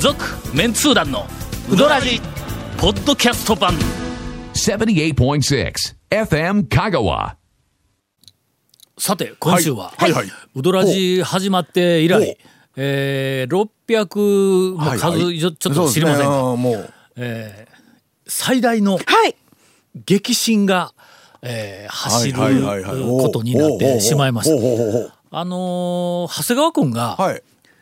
続メンツー団のウドラジポッドキャスト版 78.6 FM 香川。 さて今週は、 はいはいはいウドラジ始まって以来、600の数、 はいはいちょっと知りませんが、 そうですねもう最大のはい。 激震が、走るはいはいはいはいことになってしまいました。 ほうほうほうほう長谷川君がはい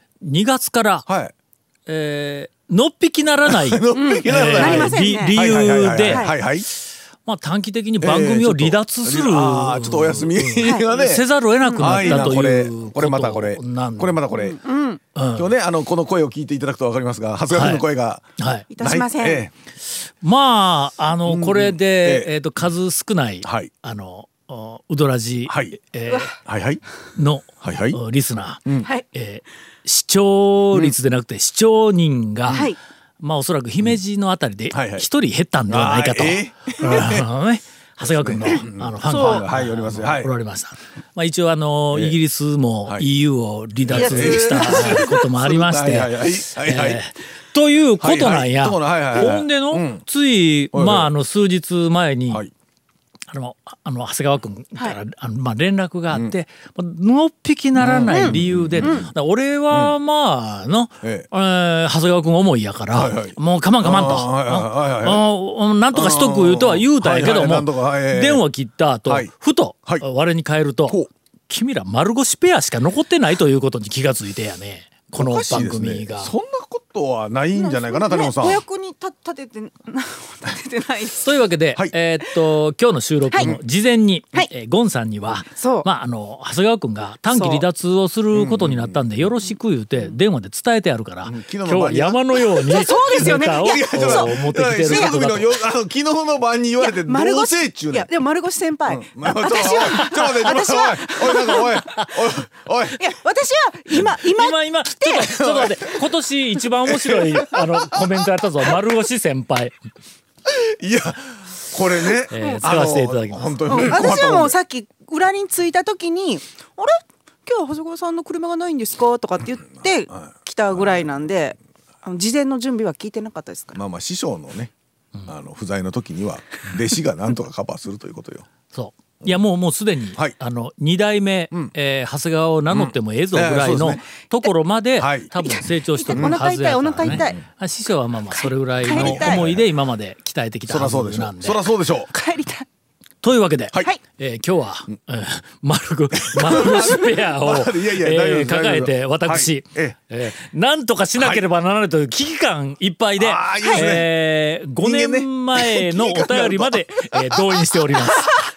2月から、 はいのっぴきならない、 なりませんね理由で、 はいはいまあ、短期的に番組を離脱する、 ちょっとお休みがねせざるを得なくなったというこれまたこれなんこれまたこれ今日ねこの声を聞いていただくとわかりますが長谷川君の声がはい、 いたしません。 えまあこれで、数少ない、 はいウドラジ、 はいはいはいの、 はいはいリスナー、 はい。 視聴率でなくて視聴人が、 はいまあおそらく姫路のあたりではいはい一人減ったんではないかと、 ね長谷川君の、ファンがはいおりますはいおられました。まあ一応イギリスもはい EU を離脱したこともありまして、 はいはいはいはいということなんや。 はいはいはいはいほんでの、 うんつい、 はいはいまあ数日前に、 はい長谷川君から、まあ連絡があって、のっぴきならない理由で、だから俺はまあの、 え長谷川君思いやから、 はいはいもうかまんかまんと、 はいはいはいなんとかしとく言うとは言うたんやけども、 はいはいなんとかはい電話切った後、 はいふと、 はい我に返ると、 ほう君ら丸腰ペアしか残ってないということに気がついてやね、このおかしい番ですね組が。 そんなことはないんじゃないかな谷本さんお役に立ててないです。 というわけで、 はい今日の収録の事前に、 はいゴンさんには、 そうまあ長谷川君が短期離脱をすることになったんで、よろしく言うて電話で伝えてあるから、 昨日今日はの晩に山のようにそうですよねネタをいやお持ってきてることだと。 昨日の晩に言われてどう丸腰せっちゅうねんいやでも丸腰先輩。 私私はおいなんかおいおいいや私は今今ちょっと待って、今年一番面白いコメントやったぞ、丸腰先輩。 いやこれね使わせていただきます本当に私はもうささっき裏に着いた時にあれ今日は長谷川さんの車がないんですかとかって言って来たぐらいなんで事前の準備は聞いてなかったですから。 まあ師匠のね不在の時には弟子がなんとかカバーするということよ。 そういやもうすでに、 はい 2代目、長谷川を名乗ってもええぞぐらいのそうですねところまで、 はい多分成長してるお腹はずやからね。 痛いお腹痛い師匠はまあそれぐらいの帰りたい思いで今まで鍛えてきたはそらそうでしょずなんで。 そらそうでしょう。 帰りたい。 というわけで、 はい今日は、丸腰ペアを、 いやいや大丈夫です抱えて私、 はいなんとかしなければならないという危機感いっぱいで、 あーいいですね 5年前のお便りまで、動員しております。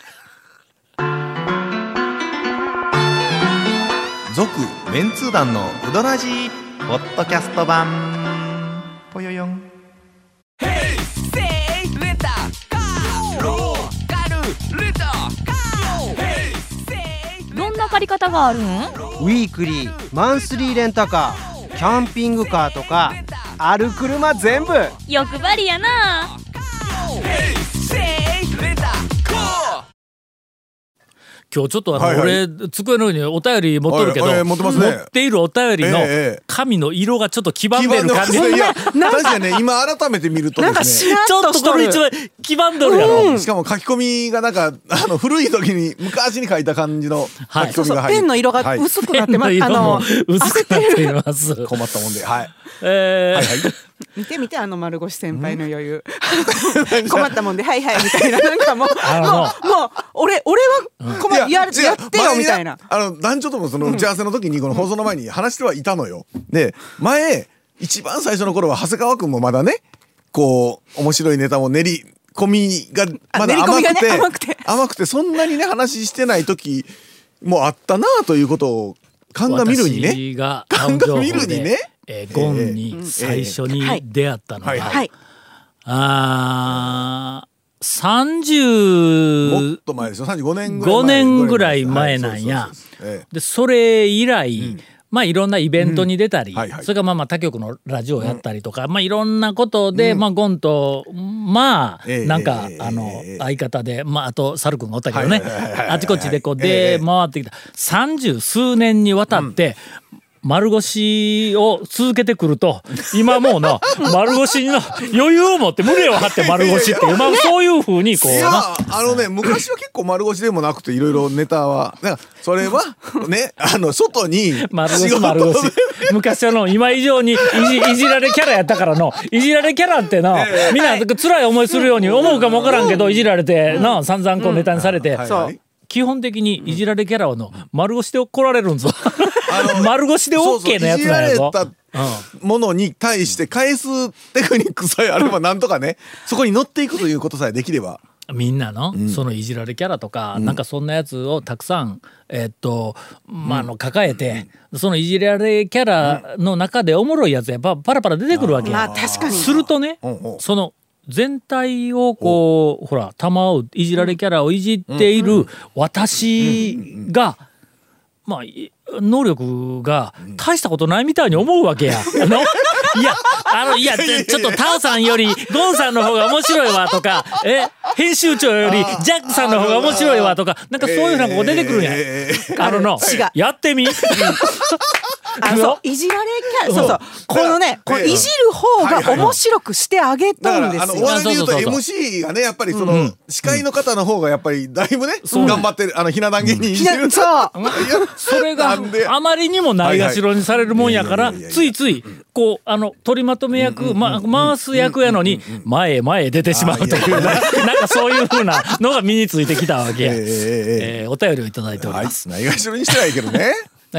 続メンツー団のウドラジーポッドキャスト版ぽよよん。 どんな借り方があるん？ ウィークリーマンスリーレンタカーキャンピングカーとかある車全部欲張りやな。 今日ちょっとはいはい俺机の上にお便り持っとるけど、 はい持ってますね持っているお便りのええ紙の色がちょっと黄ばんでる感じ。 いや確かにね今改めて見るとなんかですねしらっちょっととしとる。 これ一番黄ばんどるやろ。 しかも書き込みがなんか古い時に昔に書いた感じの書きはい込みが入るペンの色がはい薄くなってます。 ペンの色も薄くなっています。 困ったもんではい見て見て丸腰先輩の余裕。困ったもんではいはいみたいななんかもう俺はやってよみたいな。 男女ともその打ち合わせの時にこの放送の前に話してはいたのよ。で前一番最初の頃は長谷川君もまだねこう面白いネタも練り込みがまだ甘く練り込みてがね甘くてそんなにね話してない時もあったなということを鑑みるにね私が鑑みるにねゴンに最初に出会ったのが、 はい。 あもっ 35 と前ですよ35年ぐらい前なんや。でそれ以来、まあいろんなイベントに出たり、 はいはいそれからまあ他局のラジオをやったりとか、まあいろんなことで、まあゴンとまあなんか相方で、まああとサル君がおったけどね、あちこちでこう出回ってきた30数年にわたって、 丸腰を続けてくると今もうな丸腰の余裕を持って胸を張って丸腰ってまあそういう風にこうな昔は結構丸腰でもなくていろいろネタはだからそれはね外に丸腰昔は今以上にいじられキャラやったからのいじられキャラってなみんな辛い思いするように思うかもわからんけどいじられてな散々こうネタにされて基本的にいじられキャラの丸腰で怒られるんぞ丸腰で OK なやつなんやぞ。 いじられたものに対して返すテクニックさえあればなんとかねそこに乗っていくということさえできればみんなの、そのいじられキャラとか、なんかそんなやつをたくさん抱えて、そのいじられキャラの中でおもろいやつやっぱパラパラ出てくるわけや。 確かにするとね、その全体をこうほら玉をいじられキャラをいじっている私がまあ能力が大したことないみたいに思うわけや。いやちょっとタオさんよりゴンさんの方が面白いわとか編集長よりジャックさんの方が面白いわとかなんかそういうのが出てくるんや。やってみ。 そういじられキャラそうこのねこのいじる方が面白くしてあげたんですよ。 お笑いで言うと MC がねやっぱりその司会の方の方がやっぱりだいぶね頑張ってるひな壇芸人いじるそれがあまりにもないがしろにされるもんやからついついこう取りまとめ役回す役やのに前へ出てしまうというなんかそういう風なのが身についてきたわけや。お便りをいただいております。 ないがしろにしてないけどね。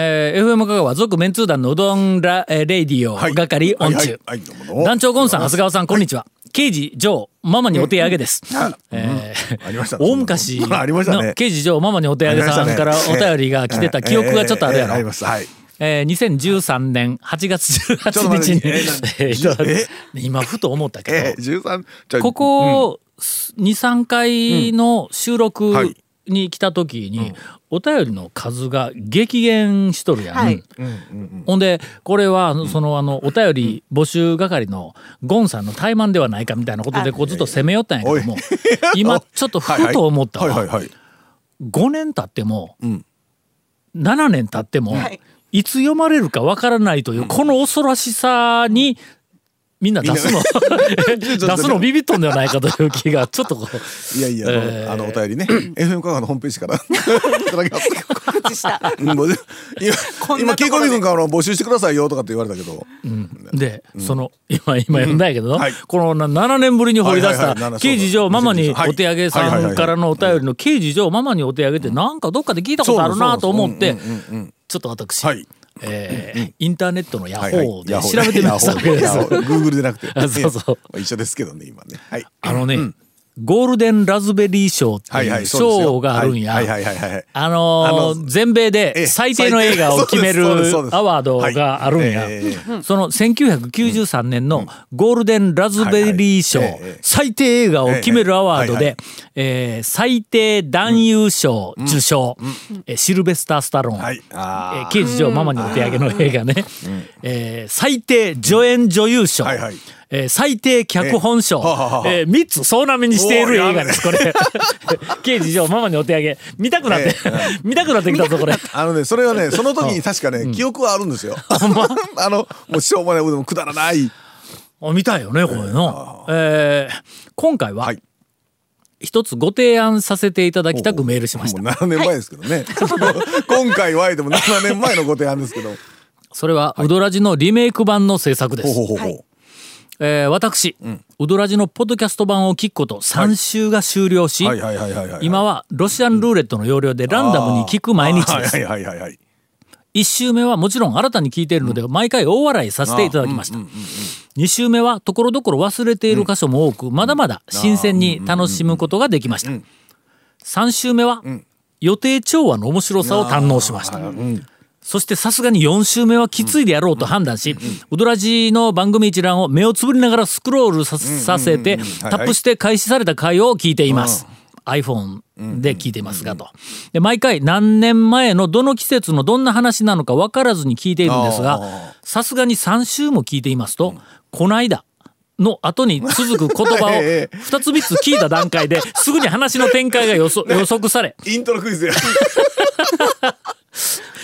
FM 香川続メンツー団のうどんレディオ係音中団長ゴンさん長谷川さんこんにちは。刑事ジョーママにお手上げです。大昔の刑事ジョーママにお手上げさんからお便りが来てた記憶がちょっとあるやろ。2013年8月18日に今ふと思ったけどここ 2,3 回の収録に来た時にお便りの数が激減しとるやん。ほんでこれはそのお便り募集係のゴンさんの怠慢ではないかみたいなことでこうずっと攻めよったんやけども今ちょっとふと思ったわ。5年経っても7年経ってもいつ読まれるかわからないというこの恐ろしさにみんな出すのビビっとんではないかという気がちょっとこういやお便りね FM 香川のホームページからいただきます。 告知した今ケイコミ君から募集してくださいよとかって言われたけどでその今読んだんやけどこの7年ぶりに掘り出した刑事上ママにお手上げさんからのお便りの刑事上ママにお手上げってなんかどっかで聞いたことあるなと思ってちょっと私インターネットのヤホーで調べてみましたわけです。 Google でなくてそう一緒ですけどね今ね。 ゴールデンラズベリー賞っていう賞があるんや。全米で最低の映画を決めるアワードがあるんや。その1993年のゴールデンラズベリー賞最低映画を決めるアワードで最低男優賞受賞シルベスター・スタローン刑事上ママにお手上げの映画ね最低助演女優賞最低脚本賞3つ総なめにしている映画ですこれ。刑事上ママにお手上げ見たくなってきたぞこれ。 それはねその時に確かね記憶はあるんですよ。もうしょうもないでもくだらない見たいよねこれの。今回は一つご提案させていただきたくメールしました。 もう7年前ですけどね。今回はでも7年前のご提案ですけどそれはウドラジのリメイク版の制作です。私、ウドラジのポッドキャスト版を聞くこと3週が終了し今はロシアンルーレットの要領でランダムに聞く毎日です。1週目はもちろん新たに聞いているので毎回大笑いさせていただきました。2週目はところどころ忘れている箇所も多くまだまだ新鮮に楽しむことができました。3週目は予定調和の面白さを堪能しました。そしてさすがに4週目はきついでやろうと判断しウドラジの番組一覧を目をつぶりながらスクロールさせてタップして開始された回を聞いています。iPhone で聞いていますがと。で毎回何年前のどの季節のどんな話なのか分からずに聞いているんですがさすがに3週も聞いていますとこないだの後に続く言葉を2つ3つ聞いた段階ですぐに話の展開が予測されイントロクイズや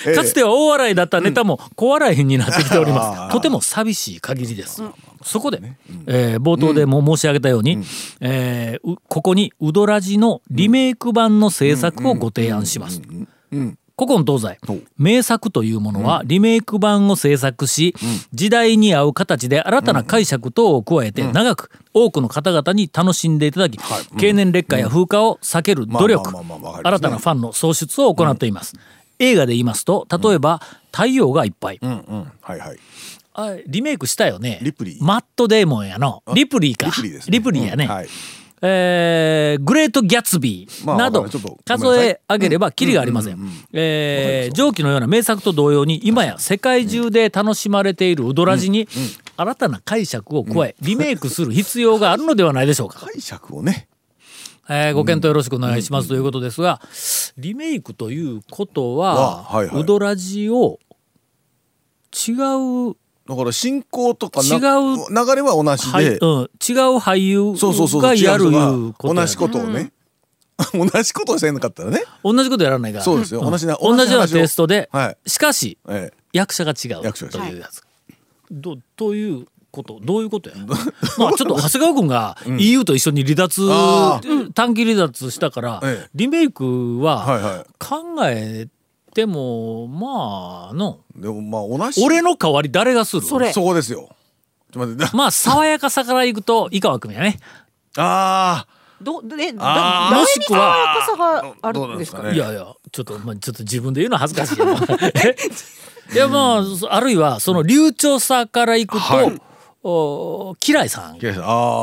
かつては大笑いだったネタも小笑いになってきております。とても寂しい限りです。そこで、冒頭でも申し上げたように、ここにウドラジのリメイク版の制作をご提案します。古今東西名作というものはリメイク版を制作し、時代に合う形で新たな解釈等を加えて長く多くの方々に楽しんでいただき、経年劣化や風化を避ける努力、新たなファンの創出を行っています。映画で言いますと、例えば太陽がいっぱい、リメイクしたよね。マットデーモンやのリプリーか、リプリーやね。グレート・ギャツビーなど数え上げればキリがありません。上記のような名作と同様に今や世界中で楽しまれているウドラジに新たな解釈を加えリメイクする必要があるのではないでしょうか。 解釈をね、 ご検討よろしくお願いしますということですが、リメイクということはウドラジを違うだから進行とか違う流れは同じで、 違う俳優がやるいうことやね。 同じことをね、同じことをしてんのかったらね、 同じことやらないから、 そうですよ、同じようなテイストで、しかし、役者が違う役者というやつ、ということどういうことやまあちょっと長谷川君が EU と一緒に離脱、短期離脱したから、リメイクは考えでもまあでもまあ同じ、 俺の代わり誰がする？ そこですよ。 まあ爽やかさからいくと井川君やね。 もしくは爽やかさがあるんですかね。 いやいやちょっと自分で言うの恥ずかしいよいやまああるいはその流暢さからいくと、キライさん。 どう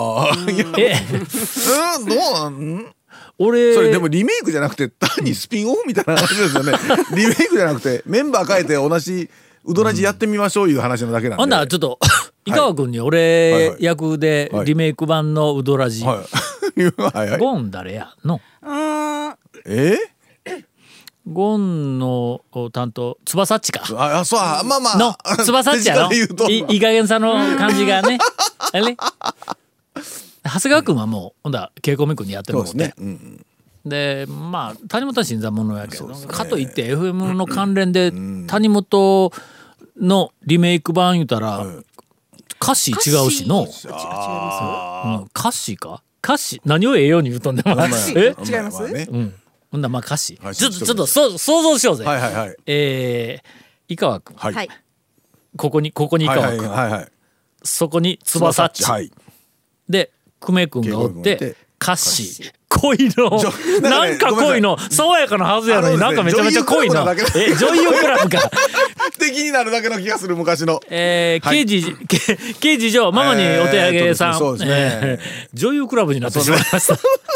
なんそれでもリメイクじゃなくて単にスピンオフみたいな話ですよねリメイクじゃなくてメンバー変えて同じウドラジやってみましょういう話のだけなんで、 ほんならちょっと井川君に俺役でリメイク版のウドラジ、ゴン誰やのゴンの担当翼っちか、の翼っちやのいい加減さの感じがねあれ長谷川君はもうほんだ稽古目君にやってもらって、でまあ谷本は新参者やけど、かといって FM の関連で谷本のリメイク版言うたら歌詞違うしの、歌詞か歌詞何をええように言うとんでも違います。 ほんだまあ歌詞ちょっと想像しようぜ。井川君、ここに井川君、そこに翼っちで久米君がおって歌詞恋のなんか恋の爽やかなはずやのになんかめちゃめちゃ恋の女優クラブか敵になるだけの気がする昔の刑事上ママにお手上げさん、女優クラブになってしまいました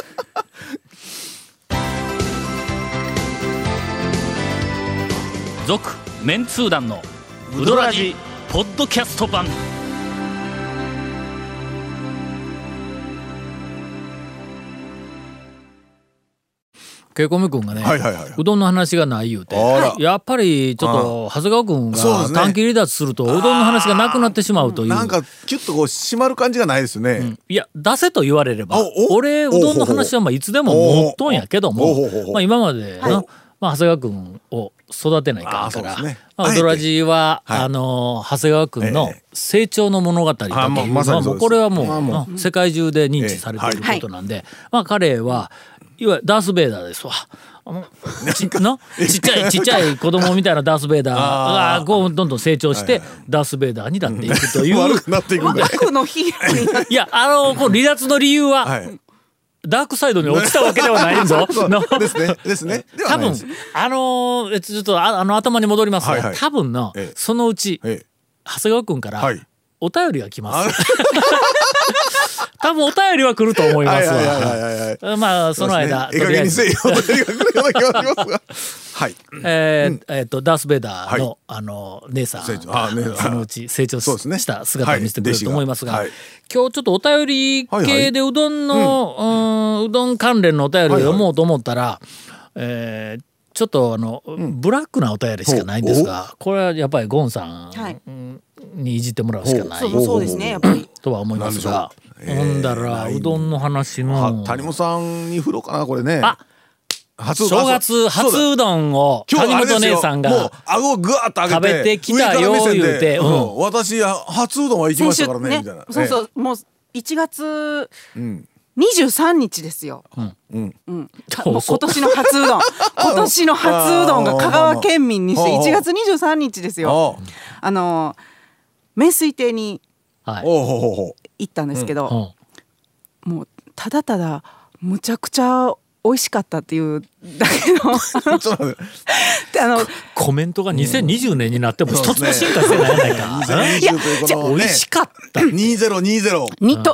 続メンツー団のウドラジポッドキャスト版。ケイコミ君がね、うどんの話がない言うて、やっぱりちょっと長谷川君が短期離脱するとうどんの話がなくなってしまうという、 なんかキュッとこう締まる感じがないですね。 いや出せと言われれば俺うどんの話はまあいつでも持っとんやけども、まあ今までの長谷川君を育てないから、ウドラジは長谷川君の成長の物語だというのはもうこれはもう世界中で認知されていることなんで、まあ彼はいわゆるダース・ベイダーですわ。ちっちゃい子供みたいなダース・ベイダーがこうどんどん成長してダース・ベイダーになっていくという悪くなっていくんだよ。 いやこう離脱の理由は、ダークサイドに落ちたわけではないんぞですね。 多分ちょっと頭に戻りますが、多分のそのうち長谷川君からお便りが来ます。多分お便りは来ると思いますわ。まあその間とりあえずダース・ベイダーの姉さんそのうち成長した姿を見せてくれると思いますが、今日ちょっとお便り系でうどんのうどん関連のお便りを読もうと思ったら、ちょっとブラックなお便りしかないんですが、これはやっぱりゴンさんにいじってもらうしかないそうですね、やっぱりとは思いますが、ほんだらうどんの話の谷本さんに振ろうかなこれね。 正月初うどんを谷本姉さんがもう顎をぐわっと上げて食べてきたよ言うて、 私初うどんは行きましたからねみたいな。 そうそう、もう1月23日ですよ。もう今年の初うどん今年の初うどんが香川県民にして1月23日ですよ。名水亭に行ったんですけど、もうただただむちゃくちゃ美味しかったっていうだけのコメントが2020年になっても一つも進化してないやないか。 2020というこのね、 美味しかった 2020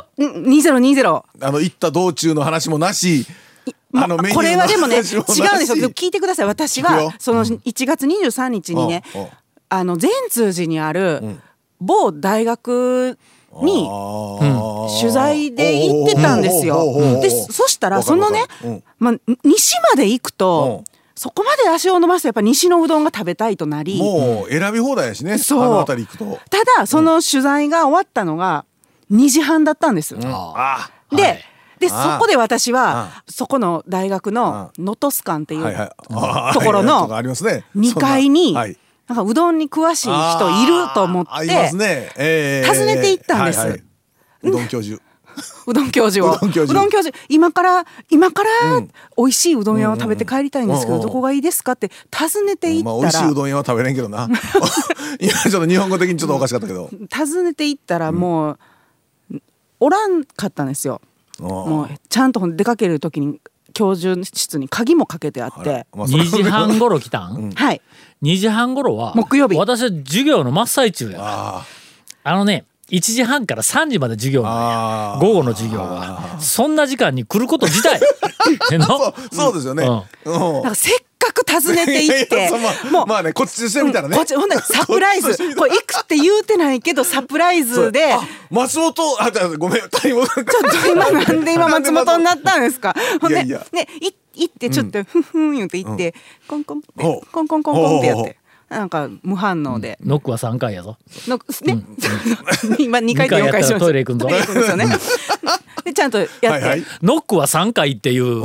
行った道中の話もなし、 これはでもね違うんですよ。聞いてください。私はその1月23日にね、善通寺にある某大学に取材で行ってたんですよ。でそしたらそのね、西まで行くとそこまで足を伸ばすとやっぱ西のうどんが食べたいとなり、 もう選び放題やしね。 そうあの辺り行くと。 ただその取材が終わったのが2時半だったんです。でそこで私はそこの大学の能登スカンっていうところの2階になんかうどんに詳しい人いると思って訪ねて行ったんです。 うどん教授うどん教授今から美味しいうどん屋を食べて帰りたいんですけどどこがいいですかって尋ねて行ったら、 美味しいうどん屋は食べれんけどな今ちょっと日本語的にちょっとおかしかったけど、 尋ねて行ったらもうおらんかったんですよ。もうちゃんと出かける時に教授室に鍵もかけてあって、 2時半頃来たん。 はい、 2時半頃は木曜日、 私は授業の真っ最中や。1時半から3時まで授業な午後の授業はそんな時間に来ること自体そうですよね。 なんかせっかく訪ねて行ってもうまあねこっちしてみたらね、 ほんでサプライズこれ行くって言うてないけどサプライズで松本ごめん谷本ちょっとなんで今松本になったんですか。ほんでね行ってちょっとふんふん言って行ってコンコンってコンコンコンコンってやってなんか無反応で、 ノックは3回やぞ。 今2回と4回しました。 トイレ行くんぞ。 でちゃんとやって、 ノックは3回っていう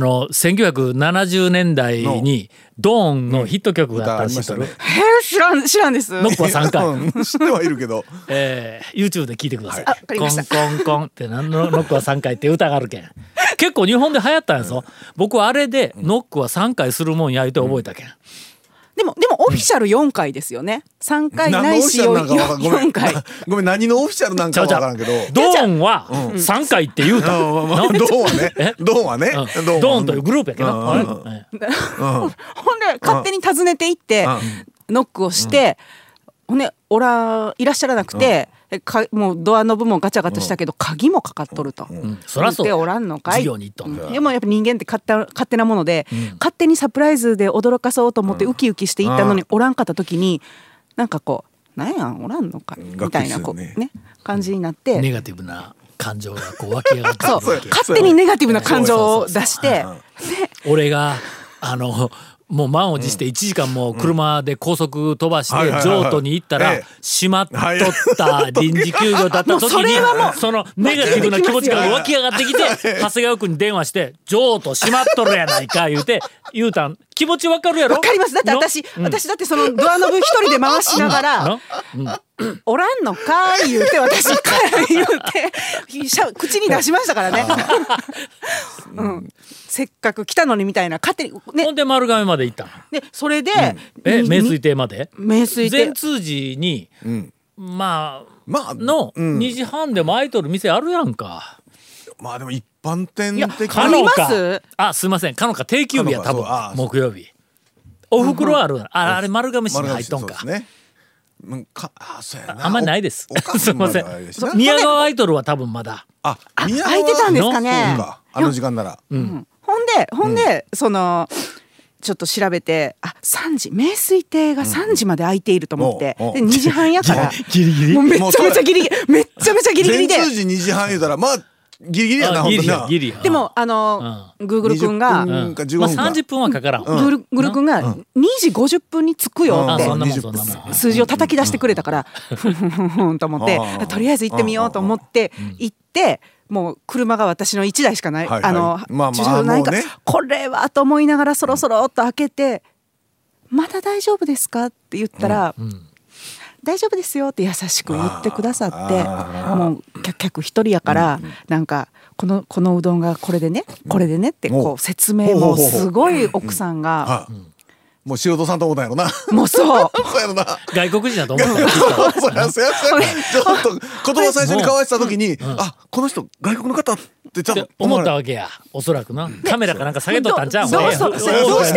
1970年代にドーンのヒット曲があったんですよ。 知らんです。 ノックは3回知ってはいるけど YouTube で聞いてください。 コンコンコンってノックは3回って歌があるけん結構日本で流行ったんですよ。僕はあれでノックは3回するもんやいて覚えたけん。 でもオフィシャル4回ですよね。3回ないし4回。 ごめん何のオフィシャルなんかわからんけど、 ドーンは3回って言うた。 ドーンはねドーンというグループやけど、ほんで勝手に訪ねて行ってノックをして、ほんでいらっしゃらなくて、もうドアノブもガチャガチャしたけど鍵もかかっとると、 そらそうでおらんのかい。 授業に行っとんでもやっぱ人間って勝手なもので、勝手にサプライズで驚かそうと思ってウキウキしていったのにおらんかった時になんかこうなんやおらんのかみたいなこうね感じになって、 ネガティブな感情がこう湧き上がってそう勝手にネガティブな感情を出して俺がもう満を持して1時間も車で高速飛ばして譲渡に行ったら閉まっとった臨時休業だった時にそのネガティブな気持ちが湧き上がってきて長谷川君に電話して譲渡閉まっとるやないか言うたん気持ちわかるやろ。 わかります。だって私だってそのドアノブ一人で回しながらおらんのか言うて私から言うて口に出しましたからねせっかく来たのにみたいな勝手にね。 ほんで丸亀まで行ったでそれで名水亭まで名水亭善通寺にの2時半でも空いとる店あるやんか。 まあでも一般店的あります。 すいませんかのか定休日や多分木曜日お袋はあるあれ丸亀市に入っとんか。あんまりないです。すいません宮川アイドルは多分まだ空いてたんですかねあの時間なら。 ほんでそのちょっと調べて3時名水亭が3時まで空いていると思ってで2時半やからギリギリもうめちゃめちゃギリギリめっちゃめちゃギリギリで全通時2時半言うたらまあギリギリやな本当にギリでもグーグル君が 30分はかからん。 グーグル君が2時50分に着くよって数字を叩き出してくれたからふんふんふんふんと思ってとりあえず行ってみようと思って行ってもう車が私の1台しかない、 はいはいまあ駐車場ないか、 もうねこれはと思いながらそろそろっと開けて、まだ大丈夫ですかって言ったら、大丈夫ですよって優しく言ってくださって、もう客一人やから、なんかこのうどんがこれでねこれでねってこう説明もすごい奥さんが、 もう素人さんと思ったんやろな。 もうそうそうやろな。 外国人だと思ったよ。 そうやそうやそうや。ちょっと言葉最初に交わした時に、あ、この人外国の方ってちょっと思ったわけや。おそらくな。カメラかなんか下げとったんちゃう。 どうしてもすい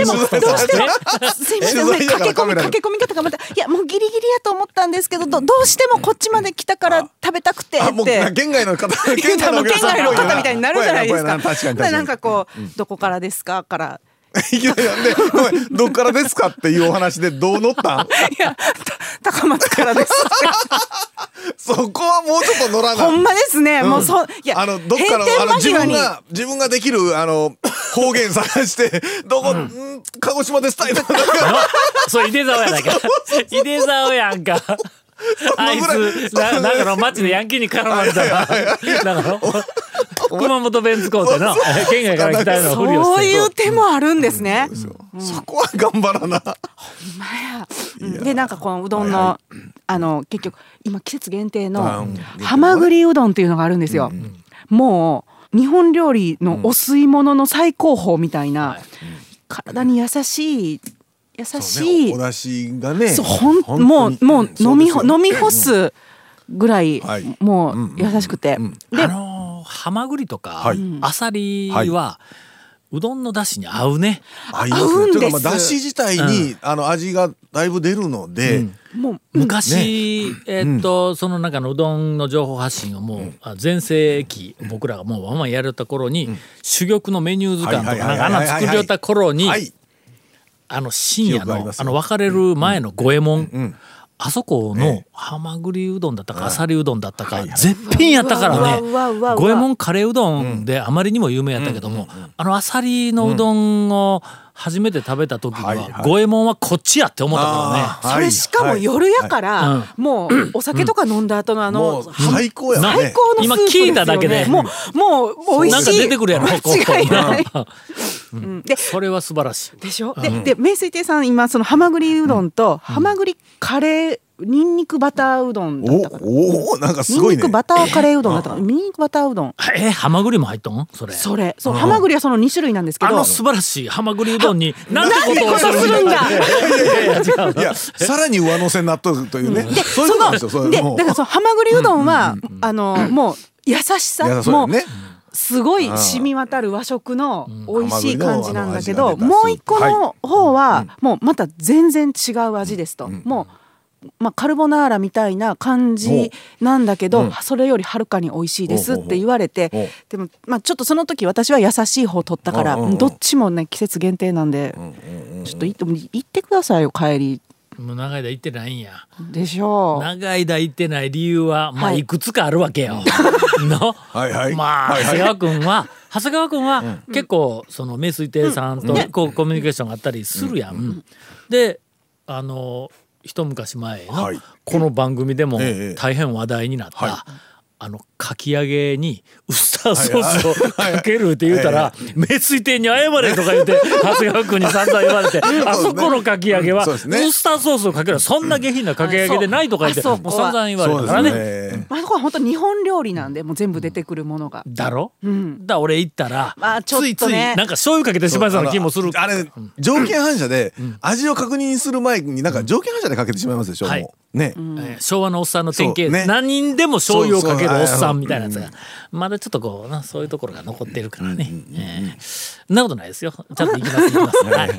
ません、駆け込み方がまた、いやもうギリギリやと思ったんですけど、どうしてもこっちまで来たから食べたくてって。 もう県外の方みたいになるじゃないですか。 確かになんかこう、どこからですかから。 いきなりなんで、ごめん、どっからですかっていうお話でどう乗ったん？ いや、高松からです。 そこはもうちょっと乗らない。 ほんまですね。もうそう、いや、 どっかの自分ができる方言探して鹿児島ですたいな。 そう、井出沢やないか。井出沢やんか。あいつなんかの街でヤンキーに絡まれたら、なんかの熊本弁使うてな、県外から来たようなふりをして。 そういう手もあるんですね。 そこは頑張らな。ほんまや。でなんかこのうどんの結局今季節限定のはまぐりうどんっていうのがあるんですよ。もう日本料理のお吸い物の最高峰みたいな、体に優しいお出汁がね、 もう飲み干すぐらいもう優しくて、 ではまぐりとかあさりはうどんの出汁に合うね。 合うんです。出汁自体に味がだいぶ出るので、 もう昔その中のうどんの情報発信をもう全盛期、僕らがもうワンワンやれた頃に、珠玉のメニュー図鑑とかなんか作りよった頃に、深夜の別れる前の五右衛門、あそこのはまぐりうどんだったかあさりうどんだったか絶品やったからね。五右衛門カレーうどんであまりにも有名やったけども、あさりのうどんを初めて食べた時には五右衛門はこっちやって思ったからね。 それしかも夜やからもうお酒とか飲んだ後の最高やね。 最高のスープですよね。 今聞いただけでもう美味しい。なんか出てくるやろ。 間違いない。 でそれは素晴らしいでしょ。で名水亭さん今そのはまぐりうどんとはまぐりカレーニンニクバターうどんだったかな。 なんかすごいね。 ニンニクバターカレーうどんだったかな。ニンニクバターうどん。 はまぐりも入ったん？それそうはまぐりはその2種類なんですけど、 素晴らしいはまぐりうどんになんてことをするんだ。 いやさらに上乗せになっとるというね。そういうことなんですよ。 でだからそのはまぐりうどんはもう優しさもうすごい染み渡る和食の美味しい感じなんだけど、もう一個の方はもうまた全然違う味ですと。もうカルボナーラみたいな感じなんだけど、それよりはるかに美味しいですって言われて、でもちょっとその時私は優しい方取ったから、どっちもね季節限定なんで、ちょっと行ってくださいよ帰り。 もう長い間行ってないんやでしょう。 長い間行ってない理由はいくつかあるわけよ。の長谷川君は結構その名水亭さんとこうコミュニケーションがあったりするやん。で一昔前のこの番組でも大変話題になったかき揚げにウスターソースをかけるって言うたら名水亭に謝れとか言って長谷川君に散々言われて、あそこのかき揚げはウスターソースをかけるそんな下品なかき揚げでないとか言ってもう散々言われたからね。 あそこは本当日本料理なんでもう全部出てくるものがだろ。だ俺行ったらついついなんか醤油かけてしまいそうな気もする。 あれ条件反射で味を確認する前になんか条件反射でかけてしまいますでしょ。ね、 昭和のおっさんの典型、何人でも醤油をかけるおっさんみたいなやつがまだちょっとこうそういうところが残ってるからね。そんなことないですよ。ちゃんと行きます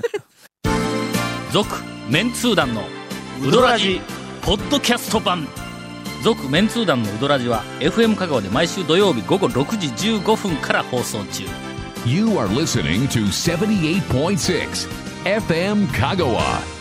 続メンツー団のウドラジポッドキャスト版。続メンツー団のウドラジは FM 香川で毎週土曜日午後6時15分から放送中。 You are listening to 78.6 FM 香川。